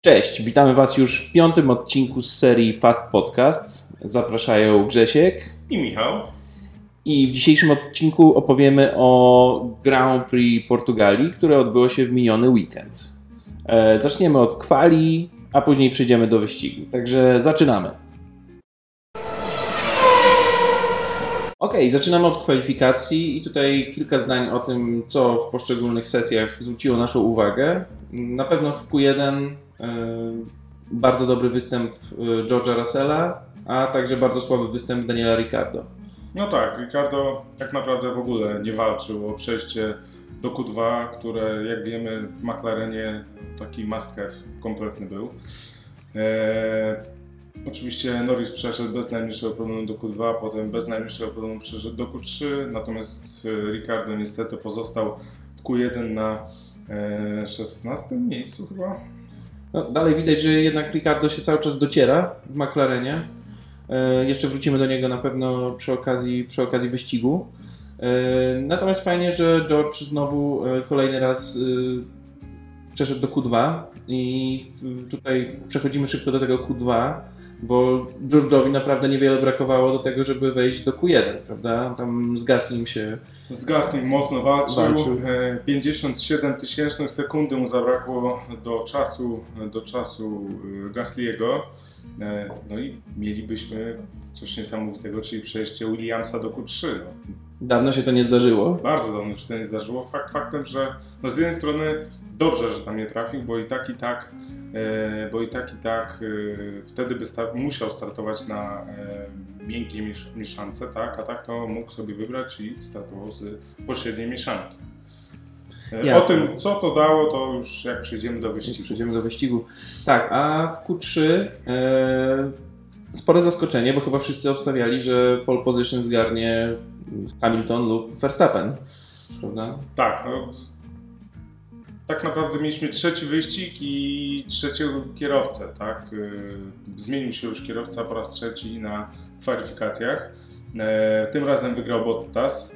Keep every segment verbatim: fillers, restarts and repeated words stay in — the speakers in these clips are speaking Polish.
Cześć, witamy Was już w piątym odcinku z serii Fast Podcast. Zapraszają Grzesiek i Michał. I w dzisiejszym odcinku opowiemy o Grand Prix Portugalii, które odbyło się w miniony weekend. E, zaczniemy od kwali, a później przejdziemy do wyścigu. Także zaczynamy. Ok, zaczynamy od kwalifikacji i tutaj kilka zdań o tym, co w poszczególnych sesjach zwróciło naszą uwagę. Na pewno w Q jeden yy, bardzo dobry występ George'a Russella, a także bardzo słaby występ Daniela Ricciardo. No tak, Ricciardo tak naprawdę w ogóle nie walczył o przejście do Q dwa, które jak wiemy w McLarenie taki must have kompletny był. Eee, Oczywiście Norris przeszedł bez najmniejszego problemu do Q dwa, potem bez najmniejszego problemu przeszedł do Q trzy, natomiast Ricciardo niestety pozostał w Q jeden na szesnastym miejscu chyba. No, dalej widać, że jednak Ricciardo się cały czas dociera w McLarenie. E, jeszcze wrócimy do niego na pewno przy okazji, przy okazji wyścigu. E, natomiast fajnie, że George znowu e, kolejny raz e, przeszedł do Q dwa i w, tutaj przechodzimy szybko do tego Q dwa, bo George'owi naprawdę niewiele brakowało do tego, żeby wejść do Q jeden, prawda? Tam z Gaslim się... Z Gaslim mocno walczył. walczył. pięćdziesiąt siedem tysięcznych sekundy mu zabrakło do czasu, do czasu Gasliego. No i mielibyśmy coś niesamowitego, czyli przejście Williamsa do Q trzy. No. Dawno się to nie zdarzyło. Bardzo dawno się to nie zdarzyło. Fakt faktem, że no z jednej strony dobrze, że tam nie trafił, bo i tak i tak, e, bo i tak i tak e, wtedy by sta- musiał startować na e, miękkiej miesz- mieszance, tak? A tak to mógł sobie wybrać i startował z pośredniej mieszanki. E, o tym, co to dało, to już jak przejdziemy do wyścigu. Przejdziemy do wyścigu. Tak, a w Q trzy e, spore zaskoczenie, bo chyba wszyscy obstawiali, że pole position zgarnie Hamilton lub Verstappen, prawda? Tak, no, tak naprawdę mieliśmy trzeci wyścig i trzeciego kierowcę, tak? Zmienił się już kierowca po raz trzeci na kwalifikacjach. Tym razem wygrał Bottas,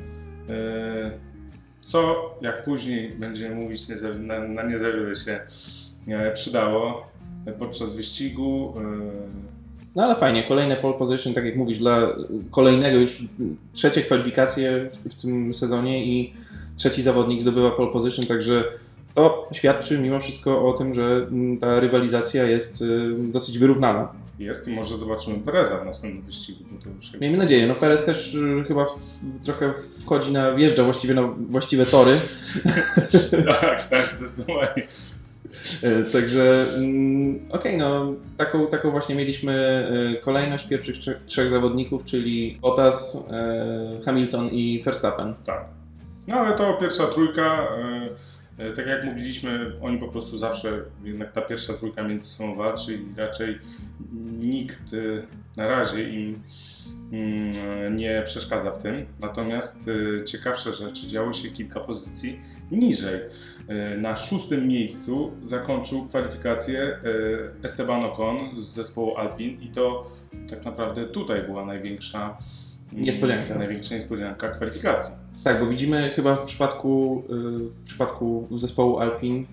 co jak później będziemy mówić nie za, na, na nie za wiele się przydało podczas wyścigu. No ale fajnie, kolejne pole position, tak jak mówisz, dla kolejnego już trzecie kwalifikacje w, w tym sezonie i trzeci zawodnik zdobywa pole position, także to świadczy mimo wszystko o tym, że ta rywalizacja jest dosyć wyrównana. Jest i może zobaczymy Pereza w następnym wyścigu. Bo to już Miejmy nadzieję, no Perez też chyba w, trochę wchodzi na, wjeżdża właściwie na właściwe tory. Tak, tak, zdecydowanie. Także okej, okay, no taką, taką właśnie mieliśmy kolejność pierwszych trzech, trzech zawodników, czyli Bottas, Hamilton i Verstappen. Tak. No ale to pierwsza trójka, tak jak mówiliśmy, oni po prostu zawsze, jednak ta pierwsza trójka między sobą walczy i raczej nikt na razie im nie przeszkadza w tym. Natomiast ciekawsze rzeczy działo się kilka pozycji niżej. Na szóstym miejscu zakończył kwalifikację Esteban Ocon z zespołu Alpine i to tak naprawdę tutaj była największa niespodzianka, największa niespodzianka kwalifikacji. Tak, bo widzimy chyba w przypadku, w przypadku zespołu Alpine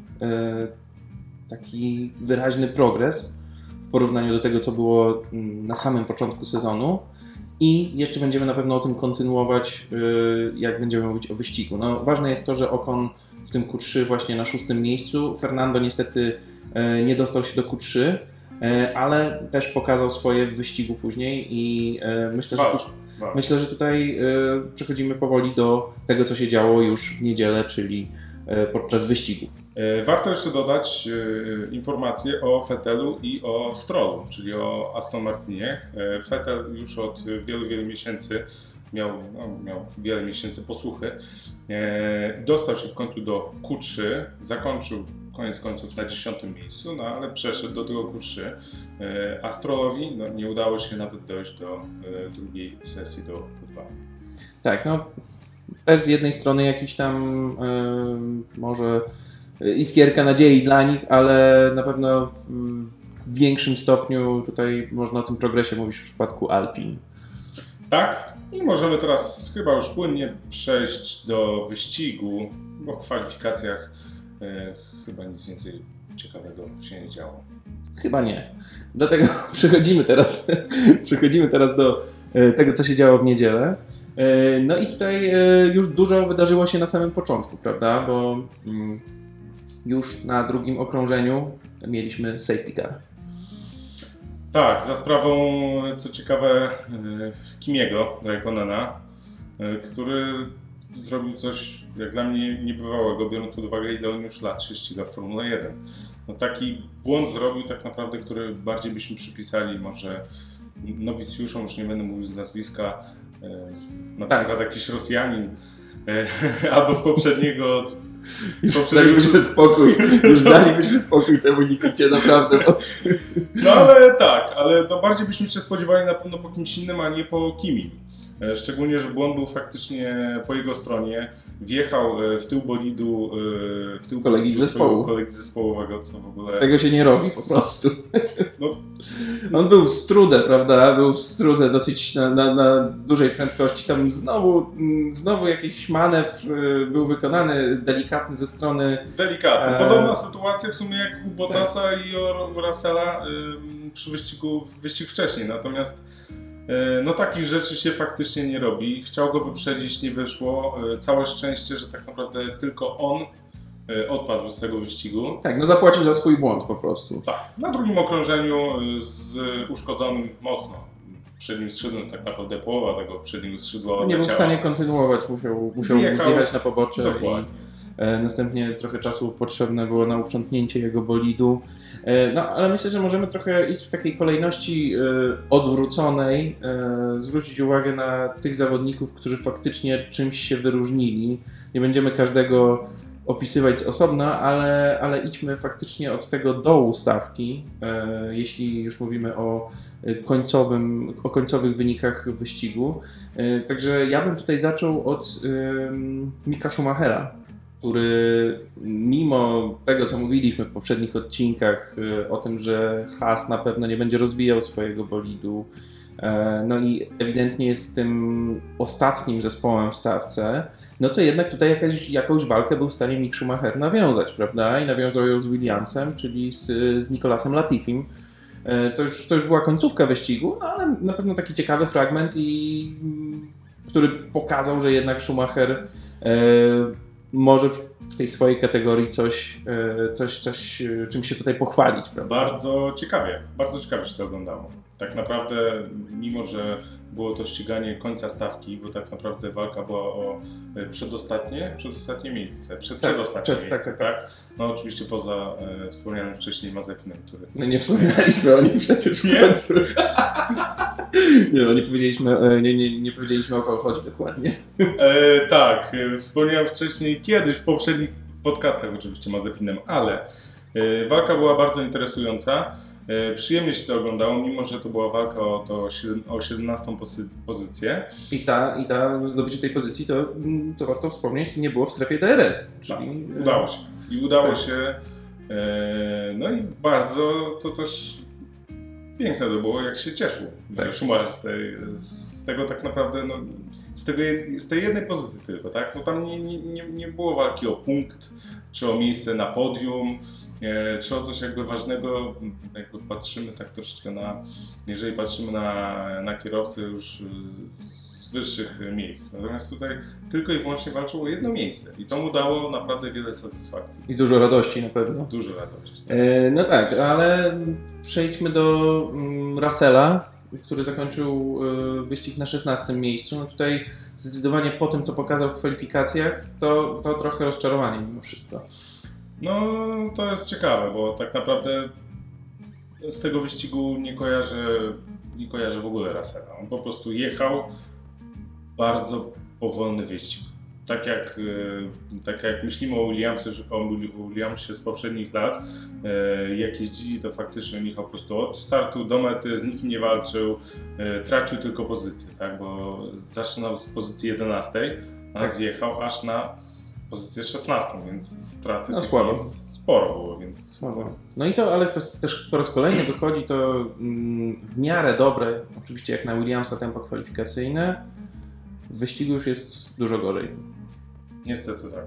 taki wyraźny progres w porównaniu do tego, co było na samym początku sezonu. I jeszcze będziemy na pewno o tym kontynuować, jak będziemy mówić o wyścigu. No, ważne jest to, że Ocon w tym Q trzy właśnie na szóstym miejscu. Fernando niestety nie dostał się do Q trzy, ale też pokazał swoje w wyścigu później i myślę, że, tu, myślę, że tutaj przechodzimy powoli do tego, co się działo już w niedzielę, czyli podczas wyścigu. Warto jeszcze dodać informacje o Vettelu i o Strollu, czyli o Aston Martinie. Vettel już od wielu, wielu miesięcy miał, no, miał wiele miesięcy posłuchy. Dostał się w końcu do Q trzy, zakończył koniec końców na dziesiątym miejscu, no ale przeszedł do tego Q trzy. A Strollowi no, nie udało się nawet dojść do drugiej sesji do Q dwa. Tak, no też z jednej strony jakiś tam yy, może iskierka nadziei dla nich, ale na pewno w, w większym stopniu tutaj można o tym progresie mówić w przypadku Alpine. Tak, i możemy teraz chyba już płynnie przejść do wyścigu, bo w kwalifikacjach yy, chyba nic więcej ciekawego się nie działo. Chyba nie. Dlatego przechodzimy teraz, przechodzimy teraz do tego, co się działo w niedzielę. No i tutaj już dużo wydarzyło się na samym początku, prawda? Bo już na drugim okrążeniu mieliśmy safety car. Tak, za sprawą, co ciekawe, Kimiego Räikkönena, który zrobił coś, jak dla mnie, niebywałego, biorąc pod uwagę, ile on już lat się ściga w Formule jeden. No taki błąd zrobił tak naprawdę, który bardziej byśmy przypisali może nowicjuszom, już nie będę mówił z nazwiska, na tak. przykład jakiś Rosjanin, albo z poprzedniego... Już dalibyśmy spokój, już dalibyśmy spokój temu Nikicie, naprawdę. Bo... No ale tak, ale no bardziej byśmy się spodziewali na pewno po kimś innym, a nie po Kimi. Szczególnie, że błąd był faktycznie po jego stronie. Wjechał w tył bolidu, w tył kolegi z zespołu. kolegi zespołowego, co w ogóle... Tego się nie robi po prostu. No. On był w strudze, prawda? Był w strudze dosyć na, na, na dużej prędkości. Tam znowu, znowu jakiś manewr był wykonany, delikatny ze strony... Delikatny. Podobna e... sytuacja w sumie jak u Bottasa tak. i u Russella przy wyścigu, wyścig wcześniej. Natomiast no takich rzeczy się faktycznie nie robi. Chciał go wyprzedzić, nie wyszło. Całe szczęście, że tak naprawdę tylko on odpadł z tego wyścigu. Tak, no zapłacił za swój błąd po prostu. Tak, na drugim okrążeniu z uszkodzonym mocno przednim skrzydłem, tak naprawdę połowa tego przedniego skrzydła no nie był w stanie kontynuować, musiał, musiał zjechać na pobocze. Dokładnie. I następnie trochę czasu potrzebne było na uprzątnięcie jego bolidu. No ale myślę, że możemy trochę iść w takiej kolejności odwróconej, zwrócić uwagę na tych zawodników, którzy faktycznie czymś się wyróżnili. Nie będziemy każdego opisywać z osobna, ale, ale idźmy faktycznie od tego dołu stawki, jeśli już mówimy o, końcowym, o końcowych wynikach wyścigu. Także ja bym tutaj zaczął od Micka Schumachera, który mimo tego, co mówiliśmy w poprzednich odcinkach o tym, że Haas na pewno nie będzie rozwijał swojego bolidu, no i ewidentnie jest tym ostatnim zespołem w stawce, no to jednak tutaj jakaś, jakąś walkę był w stanie Mick Schumacher nawiązać, prawda? I nawiązał ją z Williamsem, czyli z, z Nicolasem Latifim. To już, to już była końcówka wyścigu, no ale na pewno taki ciekawy fragment, i, który pokazał, że jednak Schumacher może w tej swojej kategorii coś, coś, coś czym się tutaj pochwalić, prawda? Bardzo ciekawie, bardzo ciekawie się to oglądało. Tak naprawdę, mimo że było to ściganie końca stawki, bo tak naprawdę walka była o przedostatnie, przedostatnie miejsce, przed, tak, przedostatnie przed, miejsce, tak, tak, tak. No oczywiście poza e, wspomnianym wcześniej Mazepinem, który... No nie wspominaliśmy o nim przecież w końcu. Nie, no nie powiedzieliśmy, nie, nie, nie powiedzieliśmy o kogo chodzi dokładnie. E, tak, wspomniałem wcześniej kiedyś w poprzednich podcastach oczywiście Mazepinem, ale e, walka była bardzo interesująca. E, przyjemnie się to oglądało, mimo że to była walka o, to, o siedemnastą pozy- pozycję. I ta, i ta zdobycie tej pozycji, to, to warto wspomnieć, nie było w strefie D R S. Czyli... Tak, udało się. I udało tak. się. E, no i bardzo to też piękne to było, jak się cieszył tak. Schumacher z, tej, z tego tak naprawdę, no, z, tego, z tej jednej pozycji tylko, tak? No tam nie, nie, nie było walki o punkt, czy o miejsce na podium, e, czy o coś jakby ważnego, jakby patrzymy tak troszeczkę na, jeżeli patrzymy na, na kierowcę już z wyższych miejsc. Natomiast tutaj tylko i wyłącznie walczył o jedno miejsce i to mu dało naprawdę wiele satysfakcji. I dużo radości na pewno. Dużo radości. E, no tak, ale przejdźmy do um, Russella, który zakończył y, wyścig na szesnastym miejscu. No tutaj zdecydowanie po tym, co pokazał w kwalifikacjach, to, to trochę rozczarowanie mimo wszystko. No to jest ciekawe, bo tak naprawdę z tego wyścigu nie kojarzę, nie kojarzę w ogóle Russella. On po prostu jechał bardzo powolny wyścig. Tak jak, tak jak myślimy o Williamsie, o Williamsie z poprzednich lat, jak jeździli, to faktycznie jechał po prostu od startu do mety, z nikim nie walczył, tracił tylko pozycję, tak? Bo zaczynał z pozycji jedenastej, a tak. zjechał aż na pozycję szesnastą, więc straty no, słabo. sporo było. Więc... Słabo. No i to, ale to też po raz kolejny wychodzi to w miarę dobre, oczywiście jak na Williamsa tempo kwalifikacyjne, w wyścigu już jest dużo gorzej. Niestety tak.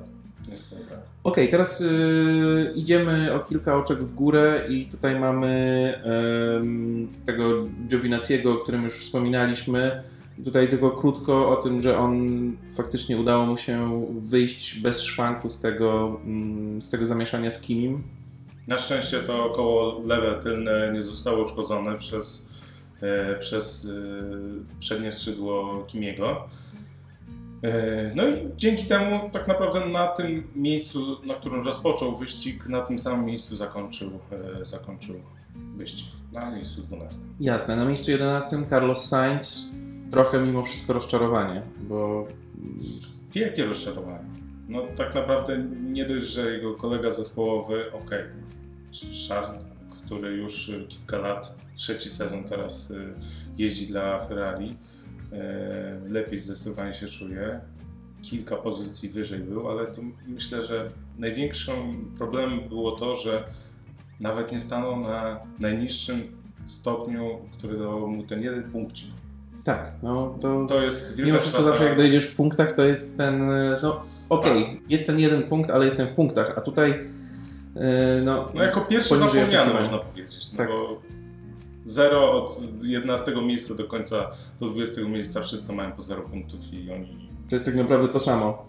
Niestety tak. Okej, okay, teraz y, idziemy o kilka oczek w górę i tutaj mamy y, tego Giovinazziego, o którym już wspominaliśmy. Tutaj tylko krótko o tym, że on faktycznie udało mu się wyjść bez szwanku z tego, y, z tego zamieszania z Kimim. Na szczęście to koło lewe tylne nie zostało uszkodzone przez, e, przez e, przednie skrzydło Kimiego. No i dzięki temu tak naprawdę na tym miejscu, na którym rozpoczął wyścig, na tym samym miejscu zakończył, e, zakończył wyścig, na miejscu dwunastym. Jasne, na miejscu jedenastym Carlos Sainz, trochę mimo wszystko rozczarowanie, bo... Wielkie rozczarowanie. No tak naprawdę nie dość, że jego kolega zespołowy, okej, okay, Charles, który już kilka lat, trzeci sezon teraz jeździ dla Ferrari, lepiej zdecydowanie się czuje, kilka pozycji wyżej był, ale to myślę, że największym problemem było to, że nawet nie stanął na najniższym stopniu, który dał mu ten jeden punkcik. Tak, no to, to jest mimo wszystko zawsze jak dojdziesz w punktach, to jest ten, no okej, okay, tak. Jest ten jeden punkt, ale jestem w punktach, a tutaj yy, no... No jako pierwszy zapomniany można powiedzieć, no tak. Bo zero od jedenastego miejsca do końca do dwudziestego miejsca wszyscy mają po zero punktów i oni... To jest tak naprawdę to samo.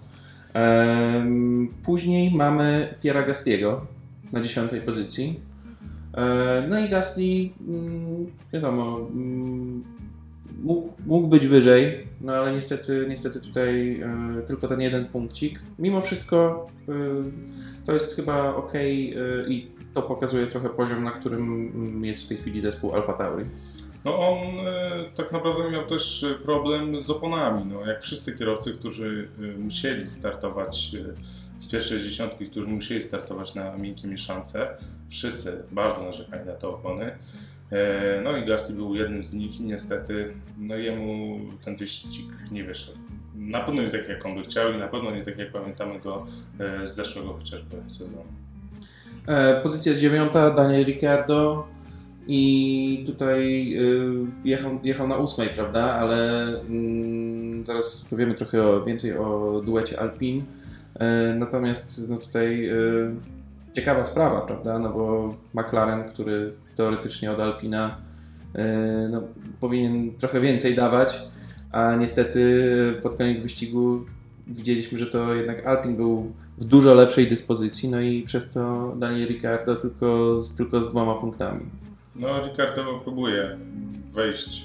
Ehm, później mamy Pierre'a Gasly'ego na dziesiątej pozycji. Ehm, no i Gasly, mm, wiadomo, mm, mógł, mógł być wyżej, no ale niestety, niestety tutaj e, tylko ten jeden punkcik. Mimo wszystko e, to jest chyba okej okay, i to pokazuje trochę poziom, na którym jest w tej chwili zespół Alfa Tauri. No on e, tak naprawdę miał też problem z oponami. No, jak wszyscy kierowcy, którzy e, musieli startować e, z pierwszej dziesiątki, którzy musieli startować na miękkiej mieszance, wszyscy bardzo narzekali na te opony. E, no i Gasly był jednym z nich i niestety no jemu ten wyścig nie wyszedł. Na pewno nie tak jak on by chciał i na pewno nie tak jak pamiętamy go e, z zeszłego chociażby sezonu. E, pozycja dziewiąta, Daniel Ricciardo. I tutaj y, jechał, jechał na ósmej, prawda, ale y, zaraz powiemy trochę o, więcej o duecie Alpine. Y, natomiast no tutaj y, ciekawa sprawa, prawda, no bo McLaren, który teoretycznie od Alpina y, no, powinien trochę więcej dawać, a niestety pod koniec wyścigu widzieliśmy, że to jednak Alpine był w dużo lepszej dyspozycji, no i przez to Daniel Ricciardo tylko z, tylko z dwoma punktami. No, Ricciardo próbuje wejść,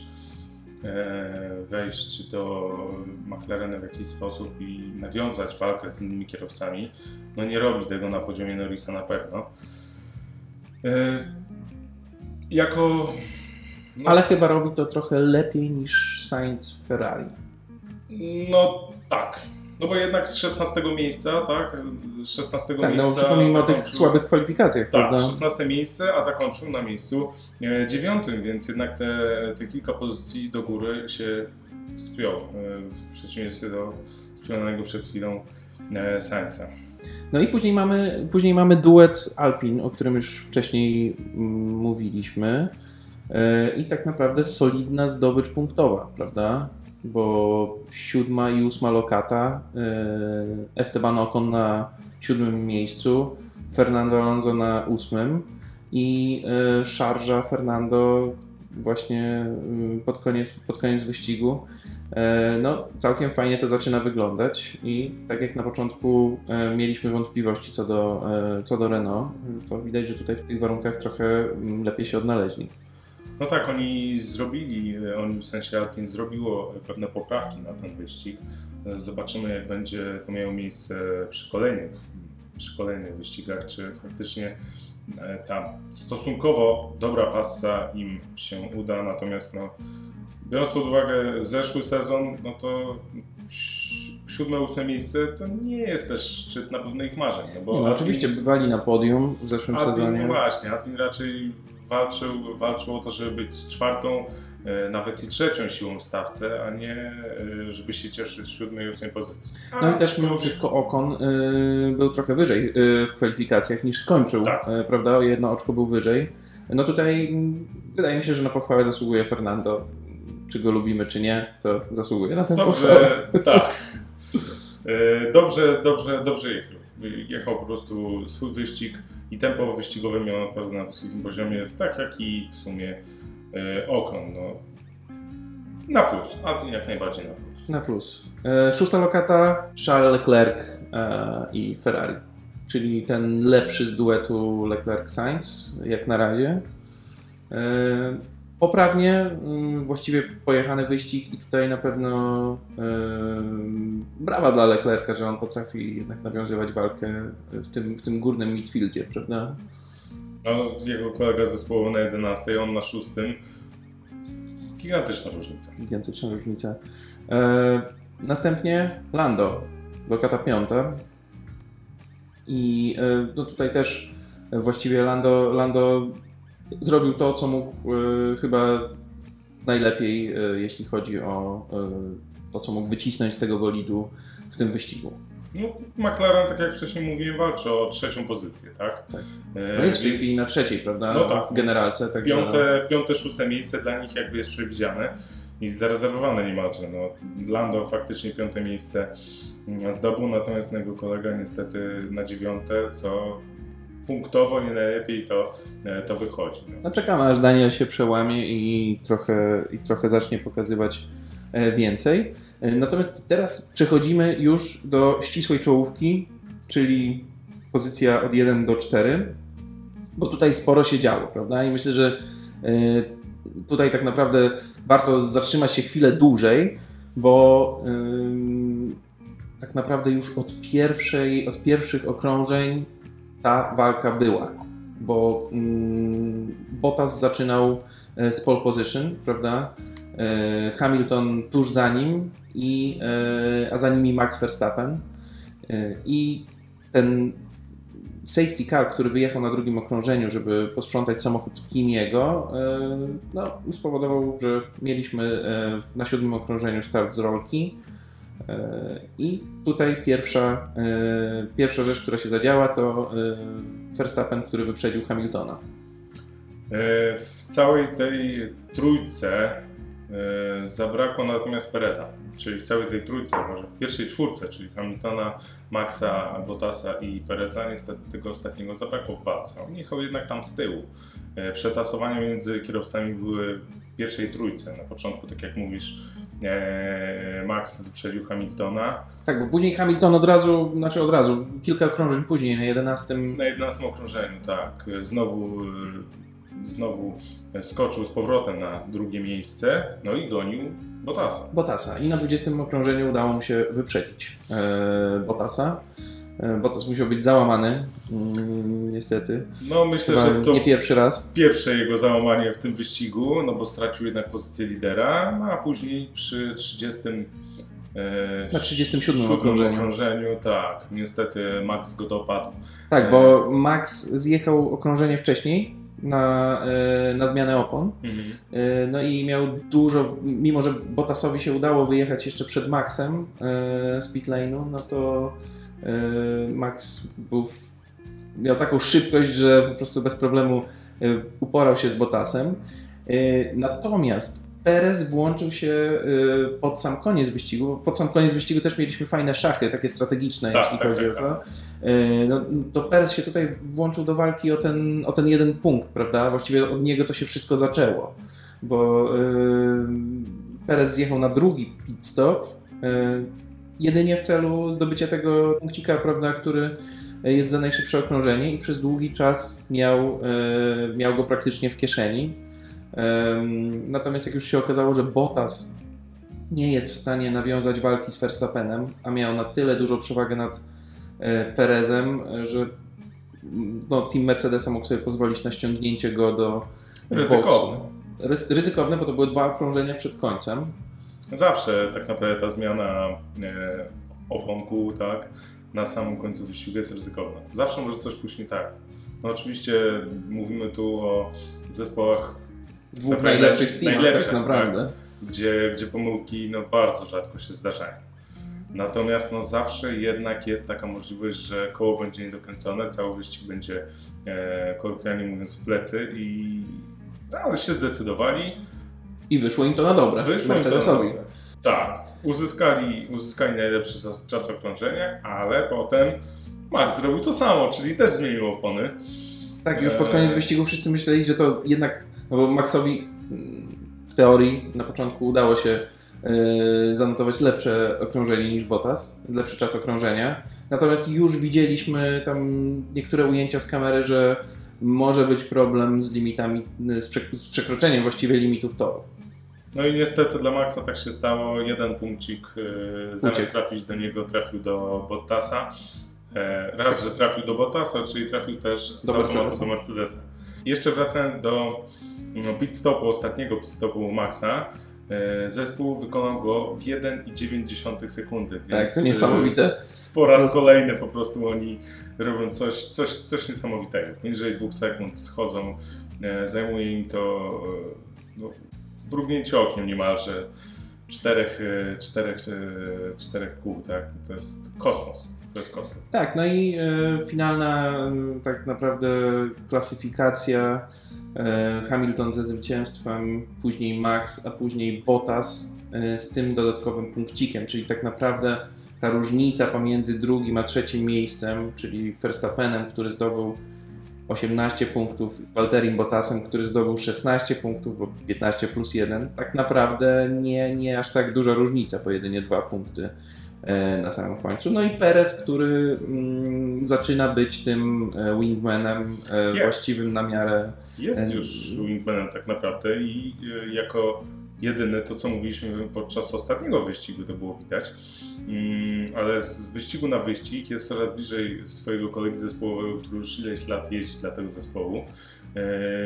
e, wejść do McLarena w jakiś sposób i nawiązać walkę z innymi kierowcami. No nie robi tego na poziomie Norrisa na pewno. E, jako... No, ale chyba robi to trochę lepiej niż Sainz Ferrari. No tak. No bo jednak z szesnastego miejsca, tak? Z szesnastego tak, miejsca. No przypomnijmy o tych słabych kwalifikacjach, tak, prawda? szesnaste miejsce, a zakończył na miejscu e, dziewiątym, więc jednak te, te kilka pozycji do góry się wspiął, e, w przeciwieństwie do wspomnianego przed chwilą e, Sainza. No i później mamy, później mamy duet Alpine, o którym już wcześniej mm, mówiliśmy. E, I tak naprawdę solidna zdobycz punktowa, prawda? Bo siódma i ósma lokata, Esteban Ocon na siódmym miejscu, Fernando Alonso na ósmym i szarża Fernando właśnie pod koniec, pod koniec wyścigu. No, całkiem fajnie to zaczyna wyglądać i tak jak na początku mieliśmy wątpliwości co do, co do Renault, to widać, że tutaj w tych warunkach trochę lepiej się odnaleźli. No tak, oni zrobili, oni w sensie Alpine zrobiło pewne poprawki na ten wyścig. Zobaczymy, jak będzie to miało miejsce przy kolejnych, przy kolejnych wyścigach, czy faktycznie ta stosunkowo dobra passa im się uda, natomiast no, biorąc pod uwagę zeszły sezon, no to siódme, ósme miejsce to nie jest też szczyt na pewno ich marzeń. No bo nie, no, Alpine, oczywiście bywali na podium w zeszłym Alpine, sezonie. No właśnie, Alpine raczej walczył, walczył o to, żeby być czwartą, nawet i trzecią siłą w stawce, a nie żeby się cieszyć z siódmej i ósmej pozycji. A, no i też mimo wszystko Ocon y, był trochę wyżej y, w kwalifikacjach niż skończył, tak. y, prawda? O jedno oczko był wyżej. No tutaj y, wydaje mi się, że na pochwałę zasługuje Fernando. Czy go lubimy, czy nie, to zasługuje na tę Dobrze, tak. Y, dobrze, dobrze, dobrze jechał. jechał po prostu swój wyścig i tempo wyścigowe miał naprawdę na wysokim poziomie, tak jak i w sumie e, Ocon. No. Na plus, a jak najbardziej na plus. Na plus. E, szósta lokata, Charles Leclerc e, i Ferrari, czyli ten lepszy z duetu Leclerc-Sainz, jak na razie. E, poprawnie, y, właściwie pojechany wyścig i tutaj na pewno y, brawa dla Leclerca, że on potrafi jednak nawiązywać walkę w tym, w tym górnym midfieldzie, prawda? No, jego kolega zespołowy na jedenastej, on na szóstym. Gigantyczna różnica. Gigantyczna różnica. E, następnie Lando, lokata piąta. I e, no tutaj też właściwie Lando, Lando zrobił to, co mógł e, chyba najlepiej, e, jeśli chodzi o e, to, co mógł wycisnąć z tego bolidu w tym wyścigu. No, McLaren, tak jak wcześniej mówiłem, walczy o trzecią pozycję, tak? tak. No jest w tej chwili na trzeciej, prawda? No tak, w generalce. Także... Piąte, piąte, szóste miejsce dla nich jakby jest przewidziane i zarezerwowane niemalże. No, Lando faktycznie piąte miejsce zdobył, natomiast jego kolega niestety na dziewiąte, co punktowo nie najlepiej to, to wychodzi. No. No czekamy, aż Daniel się przełamie i trochę, i trochę zacznie pokazywać więcej. Natomiast teraz przechodzimy już do ścisłej czołówki, czyli pozycja od jeden do czterech, bo tutaj sporo się działo, prawda? I myślę, że tutaj tak naprawdę warto zatrzymać się chwilę dłużej, bo tak naprawdę już od pierwszej, od pierwszych okrążeń ta walka była, bo Bottas zaczynał z pole position, prawda? Hamilton tuż za nim, i, a za nimi Max Verstappen. I ten safety car, który wyjechał na drugim okrążeniu, żeby posprzątać samochód Kimiego, no, spowodował, że mieliśmy na siódmym okrążeniu start z rolki. I tutaj pierwsza, pierwsza rzecz, która się zadziała, to Verstappen, który wyprzedził Hamiltona. W całej tej trójce zabrakło natomiast Pereza, czyli w całej tej trójce, może w pierwszej czwórce, czyli Hamiltona, Maxa, Bottasa i Pereza, niestety tego ostatniego zabrakło w walce. On jechał jednak tam z tyłu. Przetasowania między kierowcami były w pierwszej trójce. Na początku, tak jak mówisz, Max wyprzedził Hamiltona. Tak, bo później Hamilton od razu, znaczy od razu, kilka okrążeń później, na jedenastym... Na jedenastym okrążeniu, tak. Znowu, znowu skoczył z powrotem na drugie miejsce, no i gonił Bottasa. Bottasa. I na dwudziestym okrążeniu udało mu się wyprzedzić e, Bottasa. E, Bottas musiał być załamany, mm, niestety. No myślę, Chyba że to nie pierwszy raz. Pierwsze jego załamanie w tym wyścigu, no bo stracił jednak pozycję lidera, no a później przy trzydziestym e, na trzydziestym siódmym siódmym okrążeniu. okrążeniu, tak, niestety Max go dopadł. Tak, bo Max zjechał okrążenie wcześniej na, na zmianę opon. Mhm. No i miał dużo, mimo że Bottasowi się udało wyjechać jeszcze przed Maxem z pit lane'u, no to Max był, miał taką szybkość, że po prostu bez problemu uporał się z Bottasem. Natomiast Perez włączył się pod sam koniec wyścigu. Pod sam koniec wyścigu też mieliśmy fajne szachy, takie strategiczne, tak, jeśli tak, chodzi tak, o to. Tak. No, to Perez się tutaj włączył do walki o ten, o ten jeden punkt, prawda? Właściwie od niego to się wszystko zaczęło, bo yy, Perez zjechał na drugi pit stop, yy, jedynie w celu zdobycia tego punkcika, prawda, który jest za najszybsze okrążenie, i przez długi czas miał, yy, miał go praktycznie w kieszeni. Natomiast jak już się okazało, że Bottas nie jest w stanie nawiązać walki z Verstappenem, a miał na tyle dużą przewagę nad Perezem, że no, team Mercedesa mógł sobie pozwolić na ściągnięcie go do ryzykowne. Ryzykowne, bo to były dwa okrążenia przed końcem. Zawsze tak naprawdę ta zmiana e, oponku, tak, na samym końcu wyścigu jest ryzykowna. Zawsze może coś pójść nie tak. No oczywiście mówimy tu o zespołach dwóch najlepszych teamów tak naprawdę. Tak, gdzie, gdzie pomyłki no, bardzo rzadko się zdarzają. Natomiast no, zawsze jednak jest taka możliwość, że koło będzie niedokręcone, cały wyścig będzie e, kolokwialnie mówiąc w plecy, i no, ale się zdecydowali. I wyszło im to na dobre. Wyszło Mercedesowi. Im to na dobre. Tak, uzyskali, uzyskali najlepszy czas okrążenia, ale potem Max zrobił to samo, czyli też zmienił opony. Tak, już pod koniec wyścigu wszyscy myśleli, że to jednak, no bo Maxowi w teorii na początku udało się yy, zanotować lepsze okrążenie niż Bottas, lepszy czas okrążenia. Natomiast już widzieliśmy tam niektóre ujęcia z kamery, że może być problem z limitami, z, przek- z przekroczeniem właściwie limitów torów. No i niestety dla Maxa tak się stało. Jeden punkcik yy, zamiast Uciekł. trafić do niego, trafił do Bottasa. E, raz, tak. że trafił do Bottasa, czyli trafił też do Mercedesa. do Mercedesa. Jeszcze wracając do no, pit stopu, ostatniego pit stopu Maxa, e, zespół wykonał go w jeden i dziewięć sekundy. Więc, tak, to niesamowite. Po raz prostu... kolejny po prostu oni robią coś, coś, coś niesamowitego. Poniżej dwóch sekund schodzą, e, zajmuje im to e, no, mrugnięcie okiem niemalże czterech, czterech, czterech kół, tak? To jest kosmos. To jest kosmos. Tak, no i e, finalna e, tak naprawdę klasyfikacja, e, Hamilton ze zwycięstwem, później Max, a później Bottas e, z tym dodatkowym punkcikiem, czyli tak naprawdę ta różnica pomiędzy drugim a trzecim miejscem, czyli Verstappenem, który zdobył osiemnaście punktów, Valtterim Bottasem, który zdobył szesnaście punktów, bo piętnaście plus jeden, tak naprawdę nie, nie aż tak duża różnica, po jedynie dwa punkty na samym końcu. No i Perez, który mm, zaczyna być tym wingmanem e, właściwym na miarę. Jest już wingmanem tak naprawdę i e, jako jedyny, to co mówiliśmy podczas ostatniego wyścigu, to było widać, mm, ale z wyścigu na wyścig jest coraz bliżej swojego kolegi zespołowego, który już ileś lat jeździ dla tego zespołu. E,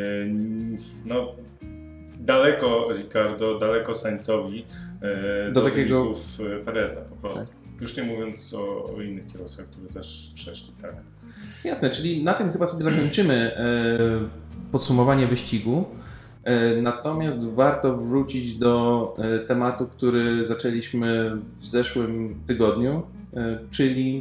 no, daleko Ricardo, daleko Sainzowi e, do, do takiego Pereza po prostu. Tak. Już nie mówiąc o, o innych kierowcach, którzy też przeszli, tak. Jasne, czyli na tym chyba sobie zakończymy e, podsumowanie wyścigu. E, natomiast warto wrócić do e, tematu, który zaczęliśmy w zeszłym tygodniu, e, czyli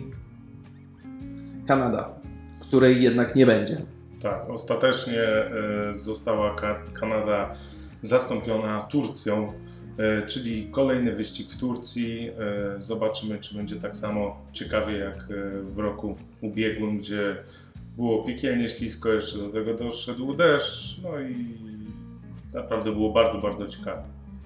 Kanada, której jednak nie będzie. Tak, ostatecznie e, została Ka- Kanada zastąpiona Turcją, e, czyli kolejny wyścig w Turcji. E, zobaczymy, czy będzie tak samo ciekawie jak w roku ubiegłym, gdzie było piekielnie ślisko, jeszcze do tego doszedł deszcz, no i naprawdę było bardzo, bardzo ciekawe.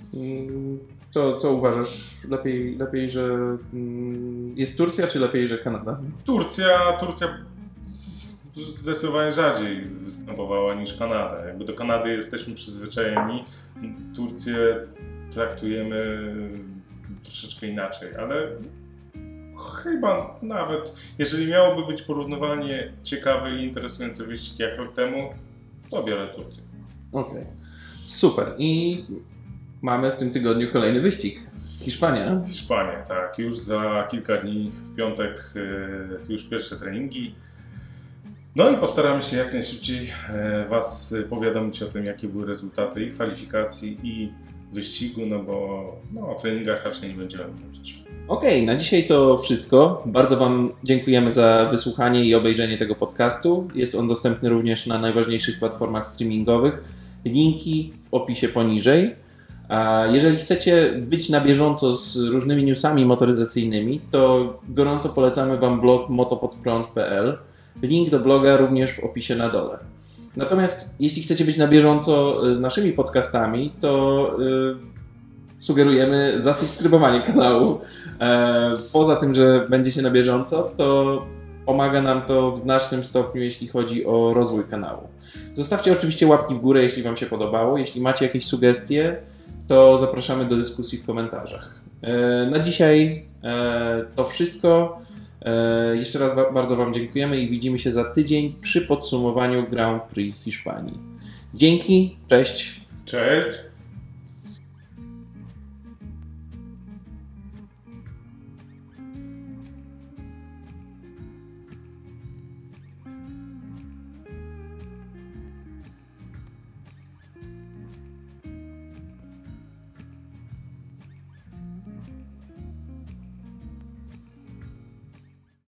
Co, co uważasz? Lepiej, lepiej, że jest Turcja, czy lepiej, że Kanada? Turcja, Turcja zdecydowanie rzadziej występowała niż Kanada. Jakby do Kanady jesteśmy przyzwyczajeni, Turcję traktujemy troszeczkę inaczej, ale chyba nawet, jeżeli miałoby być porównywalnie ciekawy i interesujący wyścig jak rok temu, to biorę Turcję. Okej, okay. Super. I mamy w tym tygodniu kolejny wyścig. Hiszpania. Hiszpania, tak. Już za kilka dni, w piątek, już pierwsze treningi. No i postaramy się jak najszybciej Was powiadomić o tym, jakie były rezultaty i kwalifikacji, i wyścigu, no bo no, o treningach raczej nie będziemy mówić. Okej, okay, na dzisiaj to wszystko. Bardzo Wam dziękujemy za wysłuchanie i obejrzenie tego podcastu. Jest on dostępny również na najważniejszych platformach streamingowych. Linki w opisie poniżej. A jeżeli chcecie być na bieżąco z różnymi newsami motoryzacyjnymi, to gorąco polecamy Wam blog motopodprąd kropka p l. Link do bloga również w opisie na dole. Natomiast jeśli chcecie być na bieżąco z naszymi podcastami, to yy, sugerujemy zasubskrybowanie kanału. E, poza tym, że będziecie na bieżąco, to pomaga nam to w znacznym stopniu, jeśli chodzi o rozwój kanału. Zostawcie oczywiście łapki w górę, jeśli Wam się podobało. Jeśli macie jakieś sugestie, to zapraszamy do dyskusji w komentarzach. E, na dzisiaj e, to wszystko. E, jeszcze raz wa- bardzo Wam dziękujemy i widzimy się za tydzień przy podsumowaniu Grand Prix Hiszpanii. Dzięki, cześć! Cześć!